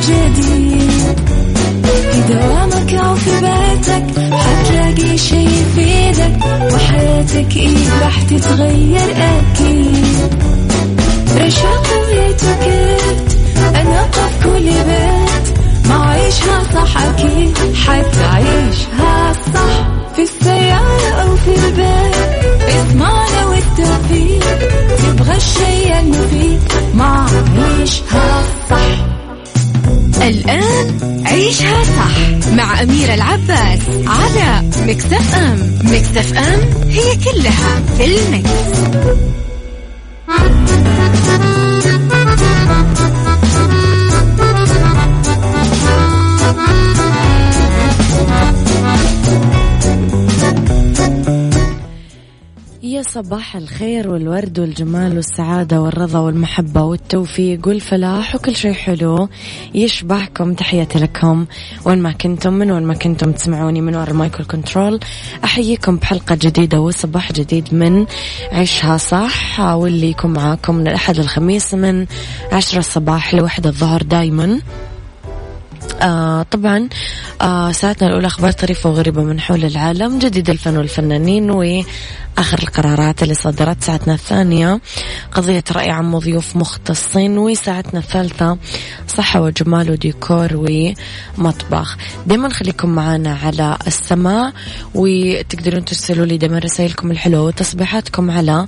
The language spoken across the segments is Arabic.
جديد. في دوامك أو في بيتك حتلاقي شي يفيدك، وحياتك إيه راح تتغير أكيد. رشاق ويتوكيت أنا قف كل بيت، ما عيشها صح أكيد حتعيشها صح. في السيارة أو في البيت اسمعنا والتوفيق، تبغى الشيء المفيد ما عيشها صح. الآن عيشها صح مع أميرة العباس على ميكس اف ام. ميكس اف ام هي كلها في الميكس. يا صباح الخير والورد والجمال والسعادة والرضا والمحبة والتوفيق والفلاح وكل شيء حلو يشبهكم. تحياتي لكم وين ما كنتم، من وين ما كنتم تسمعوني من وراء المايكرو كنترول. أحييكم بحلقة جديدة وصباح جديد من عيشها صح، واللي يكون معاكم من الأحد الخميس من 10 الصباح ل1 الظهر دايما. طبعا ساعتنا الأولى أخبار طريفة وغريبة من حول العالم، جديد الفن والفنانين وآخر القرارات اللي صدرت. ساعتنا الثانية قضية رأي عام وضيوف مختصين، وساعتنا الثالثة صحة وجمال وديكور ومطبخ. دايما خليكم معنا على السماع، وتقدرون ترسلوا لي دايما رسائلكم الحلوة وتصبيحاتكم على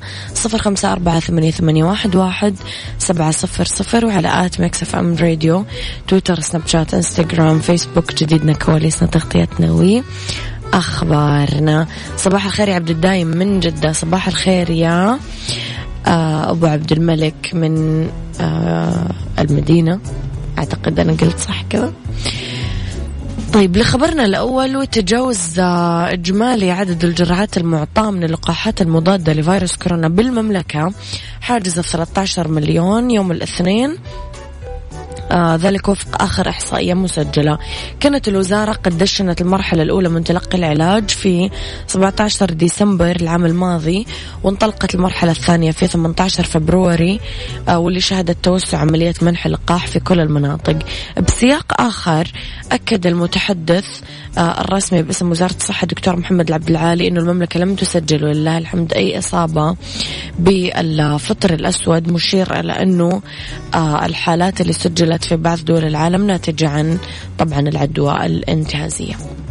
0548811700 وعلى @ميكس اف ام راديو، تويتر، سناب شات، انستغرام، فيسبوك. جديدنا، كواليسنا، تغطيتنا وأخبارنا. صباح الخير يا عبد الدايم من جدة. صباح الخير يا أبو عبد الملك من المدينة، أعتقد أنا قلت صح كذا. طيب لخبرنا الأول، وتجاوز إجمالي عدد الجرعات المعطاة من اللقاحات المضادة لفيروس كورونا بالمملكة حاجز 13 مليون يوم الاثنين، ذلك وفق آخر إحصائية مسجلة. كانت الوزارة قد دشنت المرحلة الأولى من تلقي العلاج في 17 ديسمبر العام الماضي، وانطلقت المرحلة الثانية في 18 فبراير، واللي شهدت توسع عملية منح اللقاح في كل المناطق. بسياق آخر أكد المتحدث الرسمي باسم وزارة الصحة دكتور محمد العبد العالي أنه المملكة لم تسجل ولله الحمد أي إصابة بالفطر الأسود، مشير إلى أنه الحالات اللي سجلت في بعض دول العالم ناتجة عن طبعا العدوى الانتهازية.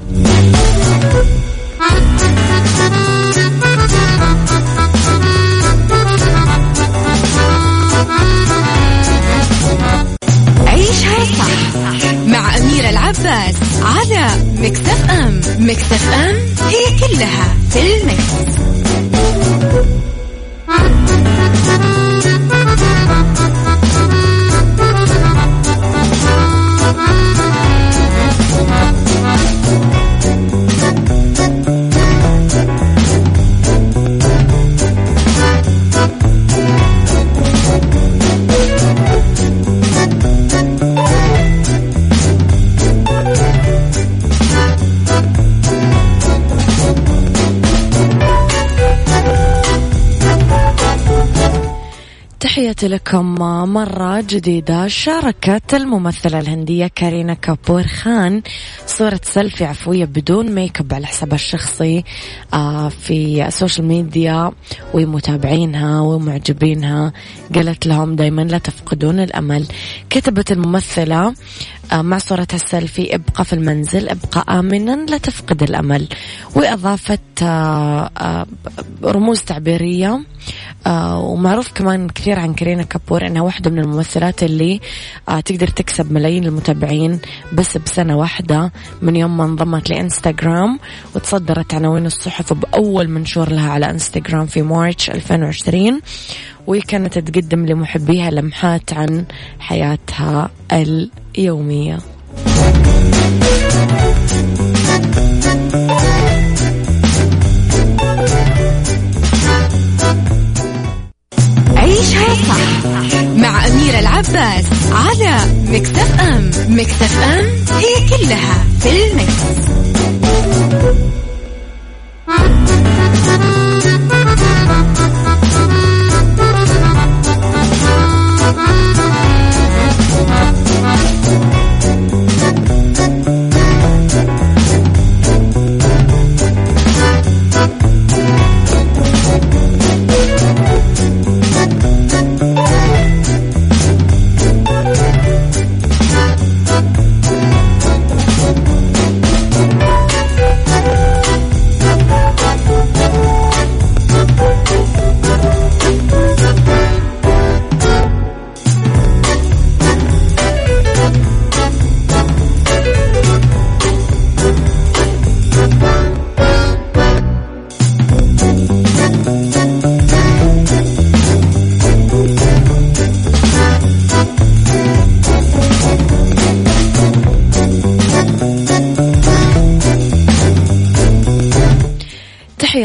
عيشها صح مع أميرة العباس على ميكس اف ام. ميكس اف ام هي كلها في الميكس. تحياتي لكم مرة جديدة. شاركت الممثلة الهندية كارينا كابور خان صورة سيلفي عفوية بدون ميك اب على حسابها الشخصي في السوشيال ميديا، ومتابعينها ومعجبينها قالت لهم دايما لا تفقدون الأمل. كتبت الممثلة مع صورتها السيلفي: ابقى في المنزل، ابقى آمنا، لا تفقد الأمل. وأضافت رموز تعبيرية. ومعروف كمان كثير عن كارينا كابور أنها واحدة من الممثلات اللي تقدر تكسب ملايين المتابعين بس بسنة واحدة من يوم ما انضمت لإنستغرام، وتصدرت عناوين الصحف بأول منشور لها على إنستغرام في مارس 2020، وكانت تقدم لمحبيها لمحات عن حياتها اليومية. عيشها صح مع أميرة العباس على ميكس اف ام. ميكس اف ام هي كلها في الميكس.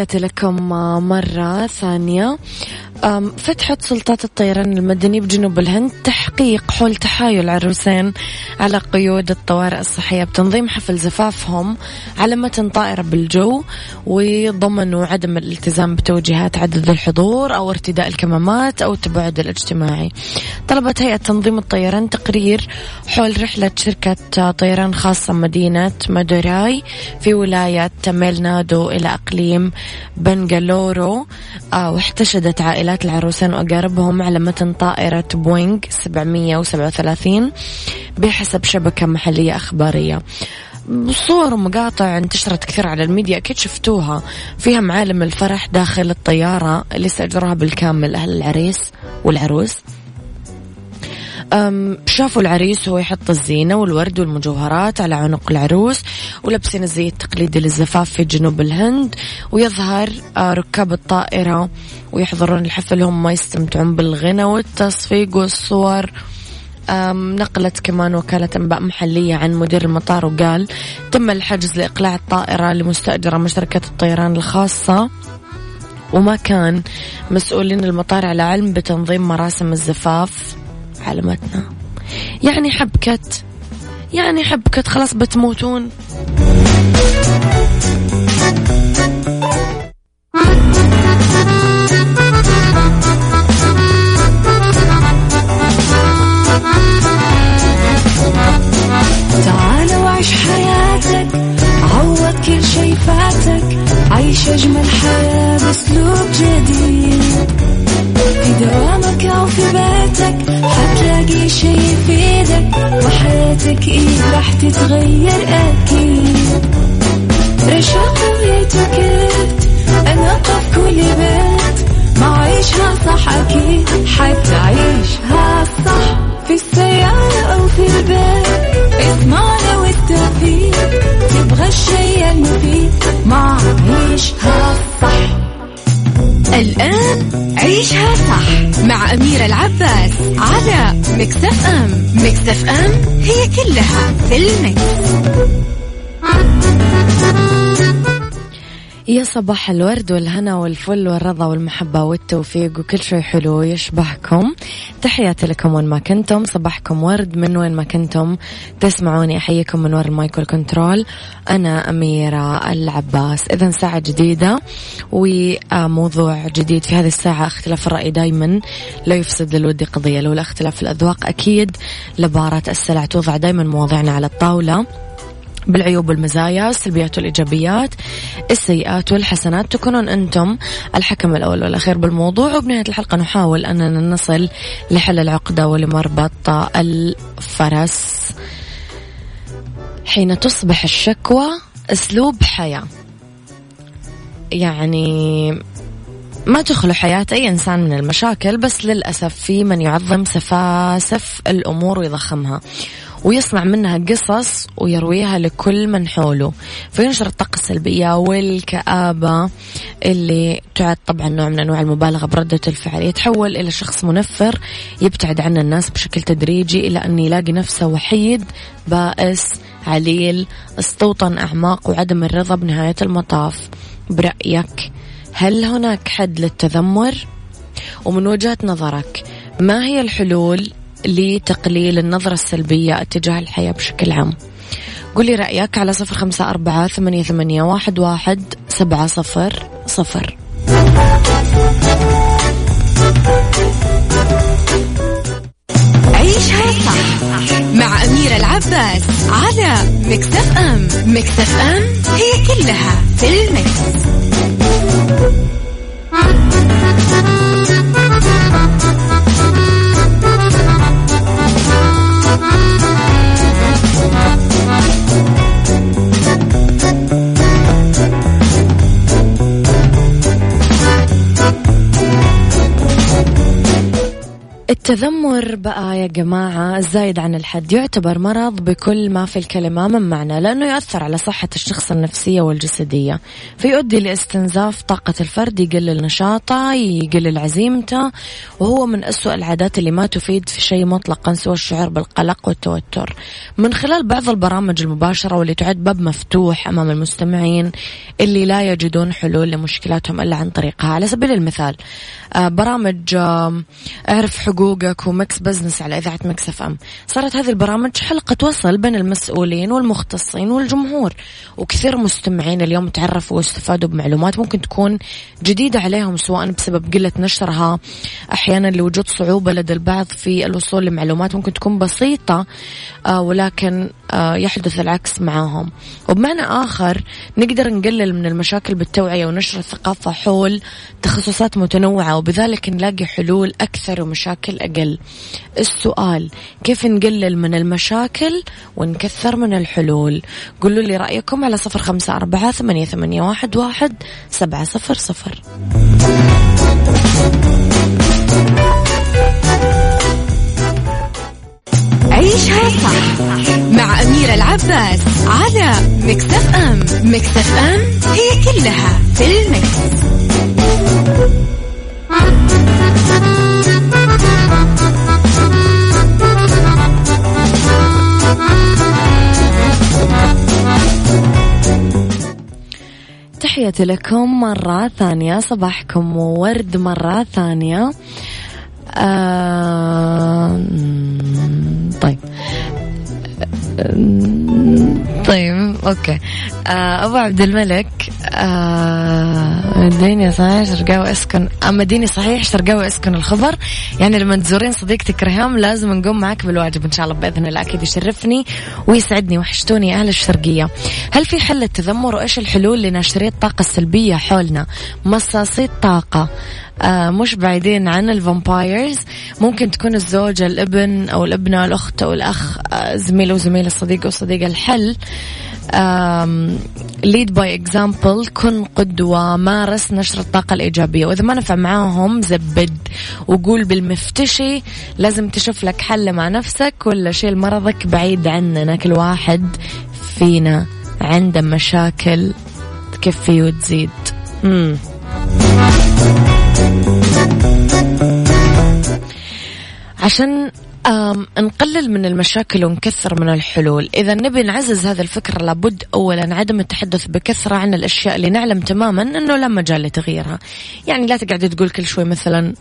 تحياتي لكم مرة ثانية. فتحت سلطات الطيران المدني بجنوب الهند تحقيق حول تحايل عروسين على قيود الطوارئ الصحية بتنظيم حفل زفافهم على متن طائرة بالجو، وضمنوا عدم الالتزام بتوجيهات عدد الحضور أو ارتداء الكمامات أو التباعد الاجتماعي. طلبت هيئة تنظيم الطيران تقرير حول رحلة شركة طيران خاصة مدينة مادوراي في ولاية تاميل نادو إلى أقليم بنغالورو، واحتشدت عائلات العروسين وأقاربهم على متن طائرة بوينغ 737 بحسب شبكة محلية أخبارية. صور ومقاطع انتشرت كثير على الميديا، أكيد شفتوها، فيها معالم الفرح داخل الطيارة اللي استأجرها بالكامل أهل العريس والعروس. شافوا العريس وهو يحط الزينة والورد والمجوهرات على عنق العروس، ولبسين الزي التقليدي للزفاف في جنوب الهند، ويظهر ركاب الطائرة ويحضرون الحفل هم يستمتعون بالغنى والتصفيق والصور. نقلت كمان وكالة أنباء محلية عن مدير المطار وقال تم الحجز لإقلاع الطائرة لمستأجرة من شركة الطيران الخاصة، وما كان مسؤولين المطار على علم بتنظيم مراسم الزفاف علمتنا. يعني حبكت خلاص بتموتون. تعال وعيش حياتك، عوض كل شي فاتك، عيش أجمل حياة بأسلوب جديد. في دوامك أو في بيتك حتلاقي شي يفيدك، وحياتك إيه راح تتغير أكيد. رشاق ويتوكيت أنا قف كل بيت، ما عيشها صح أكيد حتعيشها صح. في السيارة أو في البيت اسمعنا والتوفيق، تبغى الشي المفيد ما عيشها صح. الآن عيشها صح مع أميرة العباس على ميكس اف ام. ميكس اف ام هي كلها في الميكس. يا صباح الورد والهنا والفل والرضا والمحبة والتوفيق وكل شيء حلو يشبهكم. تحياتي لكم وين ما كنتم، صباحكم ورد من وين ما كنتم تسمعوني. أحييكم من وراء المايكل كنترول، أنا أميرة العباس. إذن ساعة جديدة وموضوع جديد. في هذه الساعة اختلاف الرأي دايما لا يفسد للود قضية، لولا اختلاف الأذواق أكيد لبارة السلع. توضع دايما مواضيعنا على الطاولة بالعيوب والمزايا، السلبيات والإيجابيات، السيئات والحسنات، تكونون أنتم الحكم الأول والأخير بالموضوع. وبنهاية الحلقة نحاول أننا نصل لحل العقدة ولمربط الفرس. حين تصبح الشكوى أسلوب حياة، يعني ما تخلو حياة أي إنسان من المشاكل، بس للأسف في من يعظم سفاسف الأمور ويضخمها ويصنع منها قصص ويرويها لكل من حوله، فينشر الطاقة السلبية والكآبة اللي تعد طبعا نوع من أنواع المبالغة بردة الفعل. يتحول إلى شخص منفر يبتعد عن الناس بشكل تدريجي إلى أن يلاقي نفسه وحيد بائس عليل استوطن أعماق وعدم الرضا بنهاية المطاف. برأيك هل هناك حد للتذمر؟ ومن وجهة نظرك ما هي الحلول لتقليل النظرة السلبية اتجاه الحياة بشكل عام؟ قولي رأيك على 0548811700. عيشها صح مع أميرة العباس على ميكس اف ام. ميكس اف ام هي كلها في الميكس. التذمر بقى يا جماعة الزايد عن الحد يعتبر مرض بكل ما في الكلمة من معنى، لأنه يؤثر على صحة الشخص النفسية والجسدية، فيؤدي لاستنزاف طاقة الفرد، يقلل نشاطه، يقلل عزيمته، وهو من أسوأ العادات اللي ما تفيد في شيء مطلقا سوى الشعور بالقلق والتوتر. من خلال بعض البرامج المباشرة واللي تعد باب مفتوح أمام المستمعين اللي لا يجدون حلول لمشكلاتهم إلا عن طريقها. على سبيل المثال برامج اعرف حقوقك ومكس بزنس على إذاعة مكس اف ام، صارت هذه البرامج حلقة وصل بين المسؤولين والمختصين والجمهور، وكثير مستمعين اليوم تعرفوا واستفادوا بمعلومات ممكن تكون جديدة عليهم، سواء بسبب قلة نشرها، أحيانا لوجود صعوبة لدى البعض في الوصول لمعلومات ممكن تكون بسيطة ولكن يحدث العكس معاهم. وبمعنى آخر نقدر نقلل من المشاكل بالتوعية ونشر الثقافة حول تخصصات متنوعة، وبذلك نلاقي حلول أكثر ومشاكل أقل. السؤال كيف نقلل من المشاكل ونكثر من الحلول؟ قولوا لي رأيكم على 0548811700. عيشها صح مع أميرة العباس على ميكس اف ام. ميكس اف ام هي كلها في الميكس. تحياتي لكم مرة ثانية، صباحكم ورد مرة ثانية. طيب اوكي. ابو عبد الملك مديني صحيح شرقاوي اسكن، مديني صحيح شرقاوي اسكن الخبر، يعني لما تزورين صديقتك ريهام لازم نقوم معك بالواجب ان شاء الله باذن الله، اكيد يشرفني ويسعدني، وحشتوني اهل الشرقيه. هل في حل التذمر وايش الحلول لنشر الطاقه السلبيه حولنا؟ مصاصي الطاقه مش بعيدين عن الفامبايرز، ممكن تكون الزوجة، الابن أو الابنة، الأخت أو الأخ، زميل وزميل، الصديق وصديق. الحل lead by example، كن قدوة، مارس نشر الطاقة الإيجابية، وإذا ما نفع معاهم زبد وقول بالمفتشي لازم تشوف لك حل مع نفسك، ولا شيل مرضك بعيد عننا. كل واحد فينا عنده مشاكل تكفي وتزيد. عشان نقلل من المشاكل ونكثر من الحلول، إذا نبي نعزز هذا الفكر لابد أولا عدم التحدث بكثرة عن الأشياء اللي نعلم تماما أنه لا مجال لتغييرها. يعني لا تقعد تقول كل شوي مثلا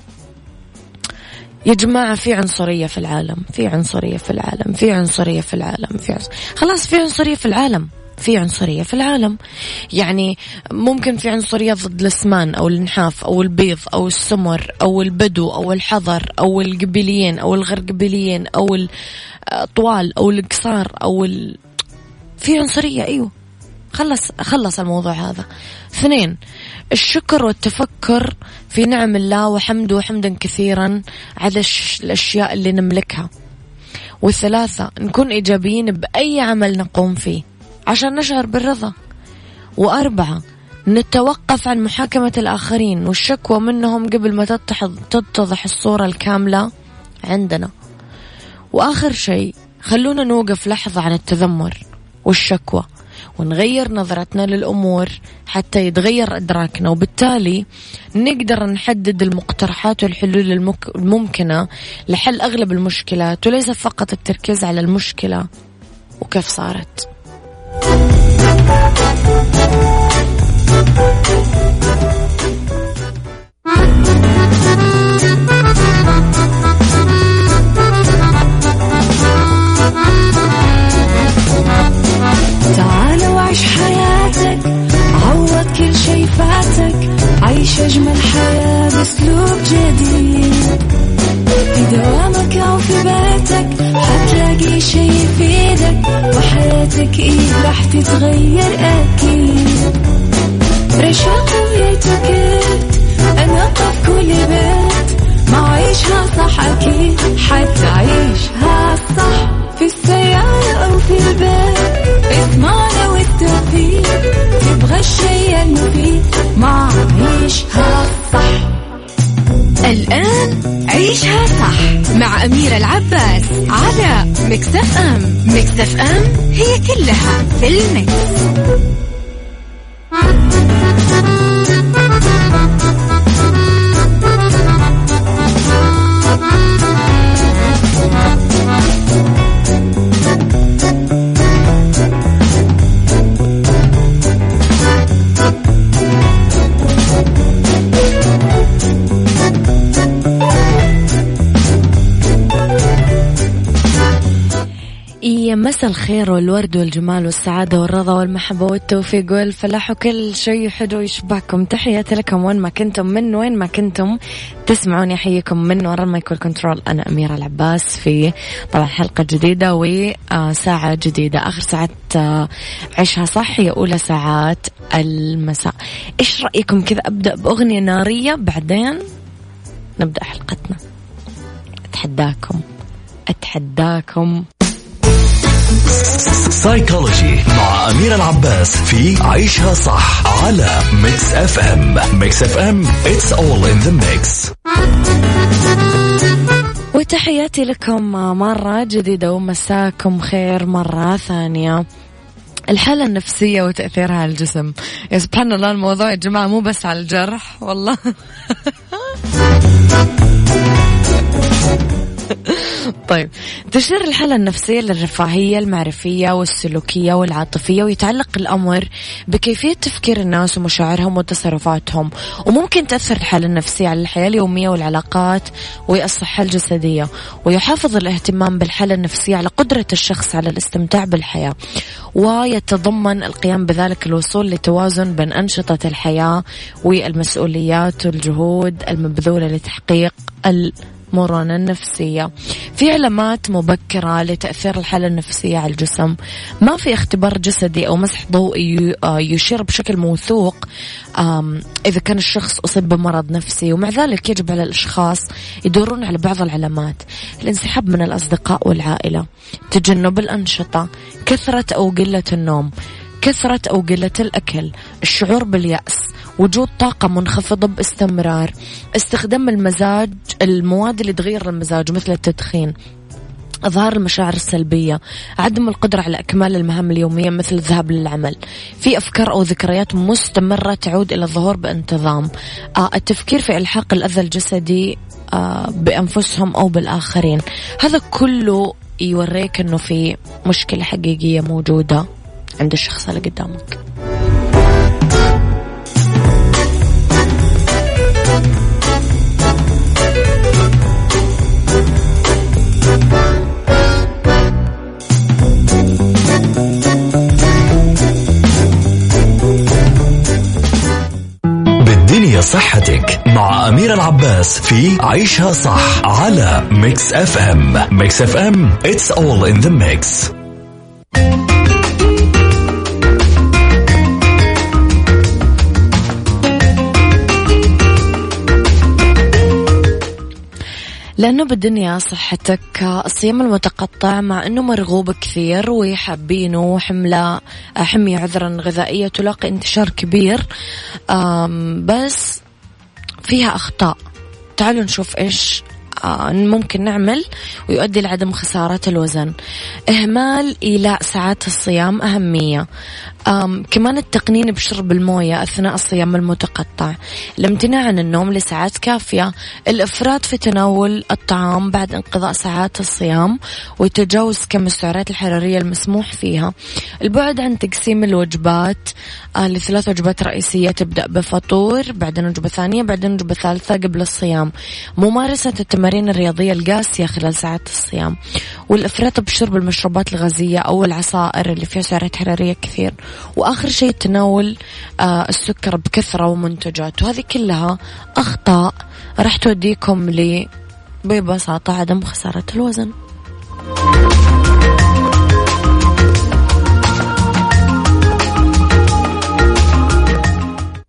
يا جماعة في عنصرية في العالم، في عنصرية في العالم، في عنصرية في العالم، خلاص في عنصرية في العالم، في عنصرية في العالم. يعني ممكن في عنصرية ضد الاسمان أو النحاف أو البيض أو السمر أو البدو أو الحضر أو القبيليين أو الغير قبيليين أو الطوال أو القصار في عنصرية. أيوة خلص الموضوع هذا. 2 الشكر والتفكر في نعم الله وحمده حمدا كثيرا على الأشياء اللي نملكها. 3 نكون إيجابيين بأي عمل نقوم فيه عشان نشعر بالرضا. 4 نتوقف عن محاكمة الآخرين والشكوى منهم قبل ما تتضح الصورة الكاملة عندنا. وآخر شيء خلونا نوقف لحظة عن التذمر والشكوى ونغير نظرتنا للأمور حتى يتغير إدراكنا، وبالتالي نقدر نحدد المقترحات والحلول الممكنة لحل أغلب المشكلات، وليس فقط التركيز على المشكلة وكيف صارت. تعال وعيش حياتك، عوض كل شي فاتك، عيش أجمل حياة بأسلوب جديد. في دوامك أو في بيتك حتلاقي شي يفيدك، وحياتك راح تتغير أكيد. رشاق ويتوكيت أنا قف كل بيت، ما عيشها صح أكيد حتعيشها صح. في السيارة أو في البيت اسمعنا والتوفيق، تبغى الشيء المفيد ما عيشها صح. الآن عيشها صح مع أميرة العباس على ميكس اف ام. ميكس اف ام هي كلها في الميكس. مساء الخير والورد والجمال والسعادة والرضا والمحبة والتوفيق والفلاح وكل شيء حلو يشبهكم. تحياتي لكم وين ما كنتم، من وين ما كنتم تسمعوني. أحييكم من وراء المايكرو كنترول. أنا أميرة العباس في طبعا حلقة جديدة وساعة جديدة. آخر ساعة عيشها صح هي أولى ساعات المساء. إيش رأيكم كذا أبدأ بأغنية نارية بعدين نبدأ حلقتنا؟ أتحداكم. سايكولوجي مع أميرة العباس في عيشها صح على ميكس اف ام. ميكس اف ام it's all in the mix. وتحياتي لكم مرة جديدة ومساكم خير مرة ثانية. الحالة النفسية وتأثيرها على الجسم. يا سبحان الله، الموضوع يا جماعة مو بس على الجرح والله. طيب، تشير الحالة النفسية للرفاهية المعرفية والسلوكية والعاطفية، ويتعلق الأمر بكيفية تفكير الناس ومشاعرهم وتصرفاتهم، وممكن تأثر الحالة النفسية على الحياة اليومية والعلاقات والصحة الجسدية. ويحافظ الاهتمام بالحالة النفسية على قدرة الشخص على الاستمتاع بالحياة، ويتضمن القيام بذلك الوصول لتوازن بين أنشطة الحياة والمسؤوليات والجهود المبذولة لتحقيق المرونة النفسية. في علامات مبكرة لتأثير الحالة النفسية على الجسم. ما في اختبار جسدي أو مسح ضوئي يشير بشكل موثوق إذا كان الشخص أصيب بمرض نفسي، ومع ذلك يجب على الأشخاص يدورون على بعض العلامات: الانسحاب من الأصدقاء والعائلة، تجنب الأنشطة، كثرة أو قلة النوم، كثرة أو قلة الأكل، الشعور باليأس، وجود طاقة منخفضة باستمرار، استخدام المواد اللي تغير المزاج مثل التدخين، إظهار المشاعر السلبية، عدم القدرة على إكمال المهام اليومية مثل الذهاب للعمل، في أفكار أو ذكريات مستمرة تعود إلى الظهور بانتظام، التفكير في إلحاق الأذى الجسدي بأنفسهم أو بالآخرين. هذا كله يوريك أنه في مشكلة حقيقية موجودة عند الشخص اللي قدامك. بالدنيا صحتك مع أميرة العباس في عيشها صح على ميكس اف ام. ميكس اف ام it's all in the mix. لأنه بالدنيا صحتك. الصيام المتقطع مع أنه مرغوب كثير وحابينه حمية غذائية تلاقي انتشار كبير، بس فيها أخطاء. تعالوا نشوف إيش ممكن نعمل ويؤدي لعدم خسارة الوزن. إهمال إيلاء ساعات الصيام أهمية. كمان التقنين بشرب الموية أثناء الصيام المتقطع، الامتناع عن النوم لساعات كافية، الإفراط في تناول الطعام بعد انقضاء ساعات الصيام وتجاوز كم السعرات الحرارية المسموح فيها، البعد عن تقسيم الوجبات ل3 وجبات رئيسية تبدأ بفطور، بعدين وجبة ثانية، بعدين وجبة ثالثة قبل الصيام، ممارسة التمارين الرياضية القاسية خلال ساعات الصيام، والإفراط بشرب المشروبات الغازية أو العصائر اللي فيها سعرات حرارية كثير، وآخر شيء تناول السكر بكثرة ومنتجات. وهذه كلها أخطاء راح توديكم ببساطة عدم خسارة الوزن.